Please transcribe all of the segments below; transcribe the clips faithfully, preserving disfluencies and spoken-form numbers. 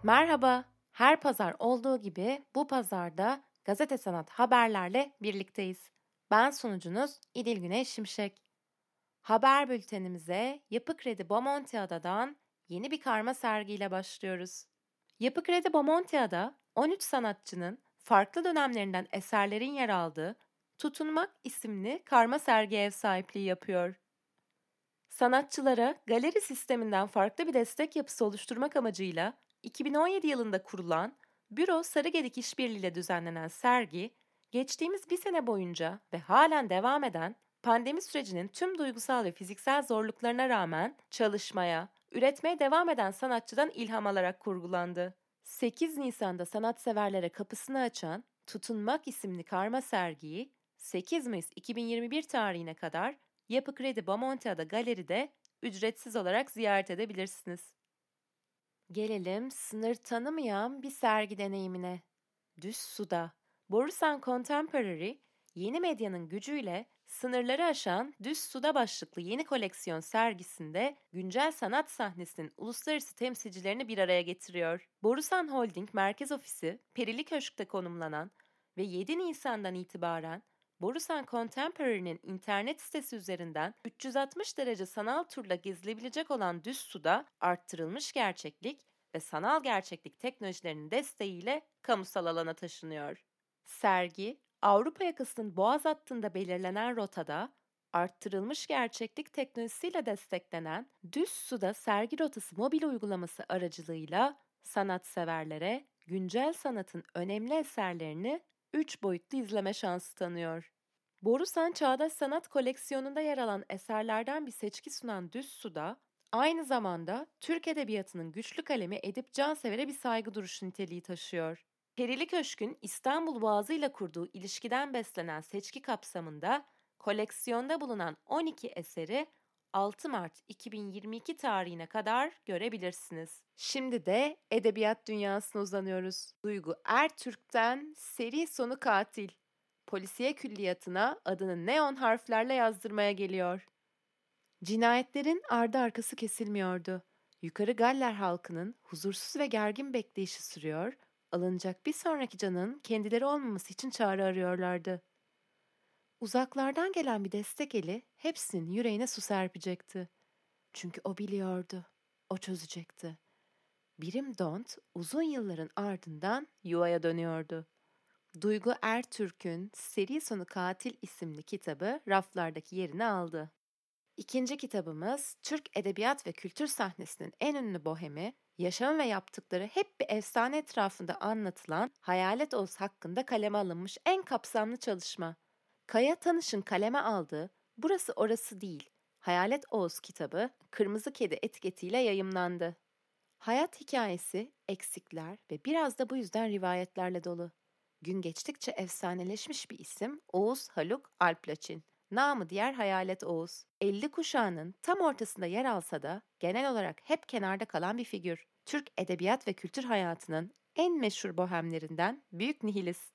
Merhaba. Her pazar olduğu gibi bu pazarda Gazete Sanat haberlerle birlikteyiz. Ben sunucunuz İdil Güneş Şimşek. Haber bültenimize Yapı Kredi Bomontiada'dan yeni bir karma sergiyle başlıyoruz. Yapı Kredi Bomontiada on üç sanatçının farklı dönemlerinden eserlerin yer aldığı Tutunmak isimli karma sergi ev sahipliği yapıyor. Sanatçılara galeri sisteminden farklı bir destek yapısı oluşturmak amacıyla iki bin on yedi yılında kurulan Büro Sarıgedik İşbirliği ile düzenlenen sergi, geçtiğimiz bir sene boyunca ve halen devam eden pandemi sürecinin tüm duygusal ve fiziksel zorluklarına rağmen çalışmaya, üretmeye devam eden sanatçıdan ilham alarak kurgulandı. sekiz Nisan'da sanatseverlere kapısını açan Tutunmak isimli karma sergiyi sekiz Mayıs iki bin yirmi bir tarihine kadar Yapı Kredi Bomontiada Galeri'de ücretsiz olarak ziyaret edebilirsiniz. Gelelim sınır tanımayan bir sergi deneyimine. Düz Suda, Borusan Contemporary, yeni medyanın gücüyle sınırları aşan Düz Suda başlıklı yeni koleksiyon sergisinde güncel sanat sahnesinin uluslararası temsilcilerini bir araya getiriyor. Borusan Holding Merkez Ofisi, Perili Köşk'te konumlanan ve yedi Nisan'dan itibaren Borusan Contemporary'nin internet sitesi üzerinden üç yüz altmış derece sanal turla gezilebilecek olan Düz Suda arttırılmış gerçeklik ve sanal gerçeklik teknolojilerinin desteğiyle kamusal alana taşınıyor. Sergi, Avrupa yakasının boğaz hattında belirlenen rotada arttırılmış gerçeklik teknolojisiyle desteklenen Düz Suda sergi rotası mobil uygulaması aracılığıyla sanatseverlere güncel sanatın önemli eserlerini üç boyutlu izleme şansı tanıyor. Borusan Çağdaş Sanat koleksiyonunda yer alan eserlerden bir seçki sunan Düz Suda, aynı zamanda Türk Edebiyatı'nın güçlü kalemi Edip Cansever'e bir saygı duruşu niteliği taşıyor. Perili Köşk'ün İstanbul Boğazı ile kurduğu ilişkiden beslenen seçki kapsamında koleksiyonda bulunan on iki eseri altı Mart iki bin yirmi iki tarihine kadar görebilirsiniz. Şimdi de edebiyat dünyasına uzanıyoruz. Duygu Ertürk'ten Seri Sonu Katil, polisiye külliyatına adını neon harflerle yazdırmaya geliyor. Cinayetlerin ardı arkası kesilmiyordu. Yukarı Galler halkının huzursuz ve gergin bekleyişi sürüyor, alınacak bir sonraki canın kendileri olmaması için çare arıyorlardı. Uzaklardan gelen bir destek eli hepsinin yüreğine su serpecekti. Çünkü o biliyordu, o çözecekti. Birim Dont uzun yılların ardından yuvaya dönüyordu. Duygu Ertürk'ün Seri Sonu Katil isimli kitabı raflardaki yerini aldı. İkinci kitabımız, Türk edebiyat ve kültür sahnesinin en ünlü bohemi, yaşam ve yaptıkları hep bir efsane etrafında anlatılan Hayalet Oğuz hakkında kaleme alınmış en kapsamlı çalışma. Kaya Tanış'ın kaleme aldığı Burası Orası Değil, Hayalet Oğuz kitabı Kırmızı Kedi etiketiyle yayımlandı. Hayat hikayesi, eksikler ve biraz da bu yüzden rivayetlerle dolu. Gün geçtikçe efsaneleşmiş bir isim Oğuz Haluk Alplaçin. Namı diğer Hayalet Oğuz. elli kuşağının tam ortasında yer alsa da genel olarak hep kenarda kalan bir figür. Türk edebiyat ve kültür hayatının en meşhur bohemlerinden büyük nihilist.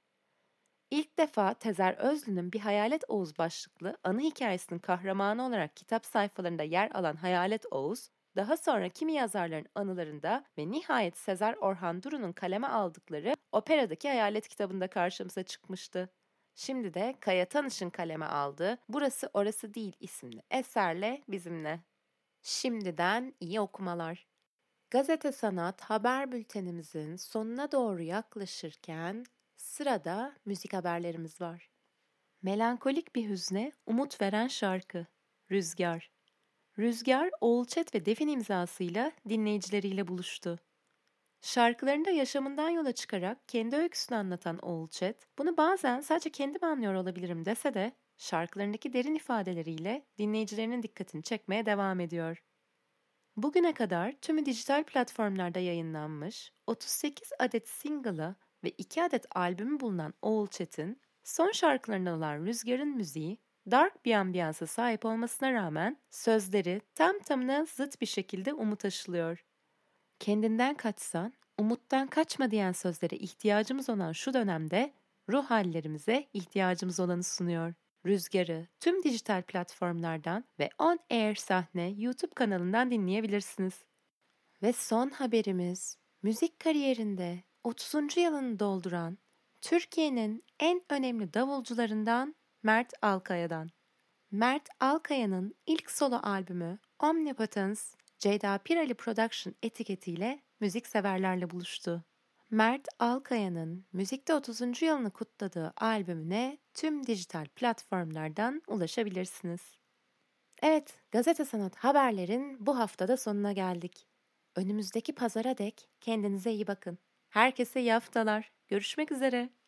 İlk defa Tezer Özlü'nün Bir Hayalet Oğuz başlıklı anı hikayesinin kahramanı olarak kitap sayfalarında yer alan Hayalet Oğuz, daha sonra kimi yazarların anılarında ve nihayet Sezer Orhan Duru'nun kaleme aldıkları Operadaki Hayalet kitabında karşımıza çıkmıştı. Şimdi de Kaya Tanış'ın kaleme aldığı Burası Orası Değil isimli eserle bizimle. Şimdiden iyi okumalar. Gazete Sanat haber bültenimizin sonuna doğru yaklaşırken sırada müzik haberlerimiz var. Melankolik bir hüzne umut veren şarkı Rüzgar. Rüzgar, Oğulçet ve Defin imzasıyla dinleyicileriyle buluştu. Şarkılarında yaşamından yola çıkarak kendi öyküsünü anlatan Oğulçet, bunu bazen sadece kendim anlıyor olabilirim dese de şarkılarındaki derin ifadeleriyle dinleyicilerinin dikkatini çekmeye devam ediyor. Bugüne kadar tümü dijital platformlarda yayınlanmış otuz sekiz adet single'ı ve iki adet albümü bulunan Oğulçet'in son şarkılarından olan Rüzgar'ın müziği, dark bir ambiyansa sahip olmasına rağmen sözleri tam tamına zıt bir şekilde umut aşılıyor. Kendinden kaçsan, umuttan kaçma diyen sözlere ihtiyacımız olan şu dönemde ruh hallerimize ihtiyacımız olanı sunuyor. Rüzgar'ı tüm dijital platformlardan ve On Air Sahne YouTube kanalından dinleyebilirsiniz. Ve son haberimiz Müzik kariyerinde otuzuncu yılını dolduran Türkiye'nin en önemli davulcularından Mert Alkaya'dan. Mert Alkaya'nın ilk solo albümü Omnipotence, Ceyda Pirali Production etiketiyle müzikseverlerle buluştu. Mert Alkaya'nın müzikte otuzuncu yılını kutladığı albümüne tüm dijital platformlardan ulaşabilirsiniz. Evet, Gazete Sanat Haberler'in bu haftada sonuna geldik. Önümüzdeki pazara dek kendinize iyi bakın. Herkese iyi haftalar. Görüşmek üzere.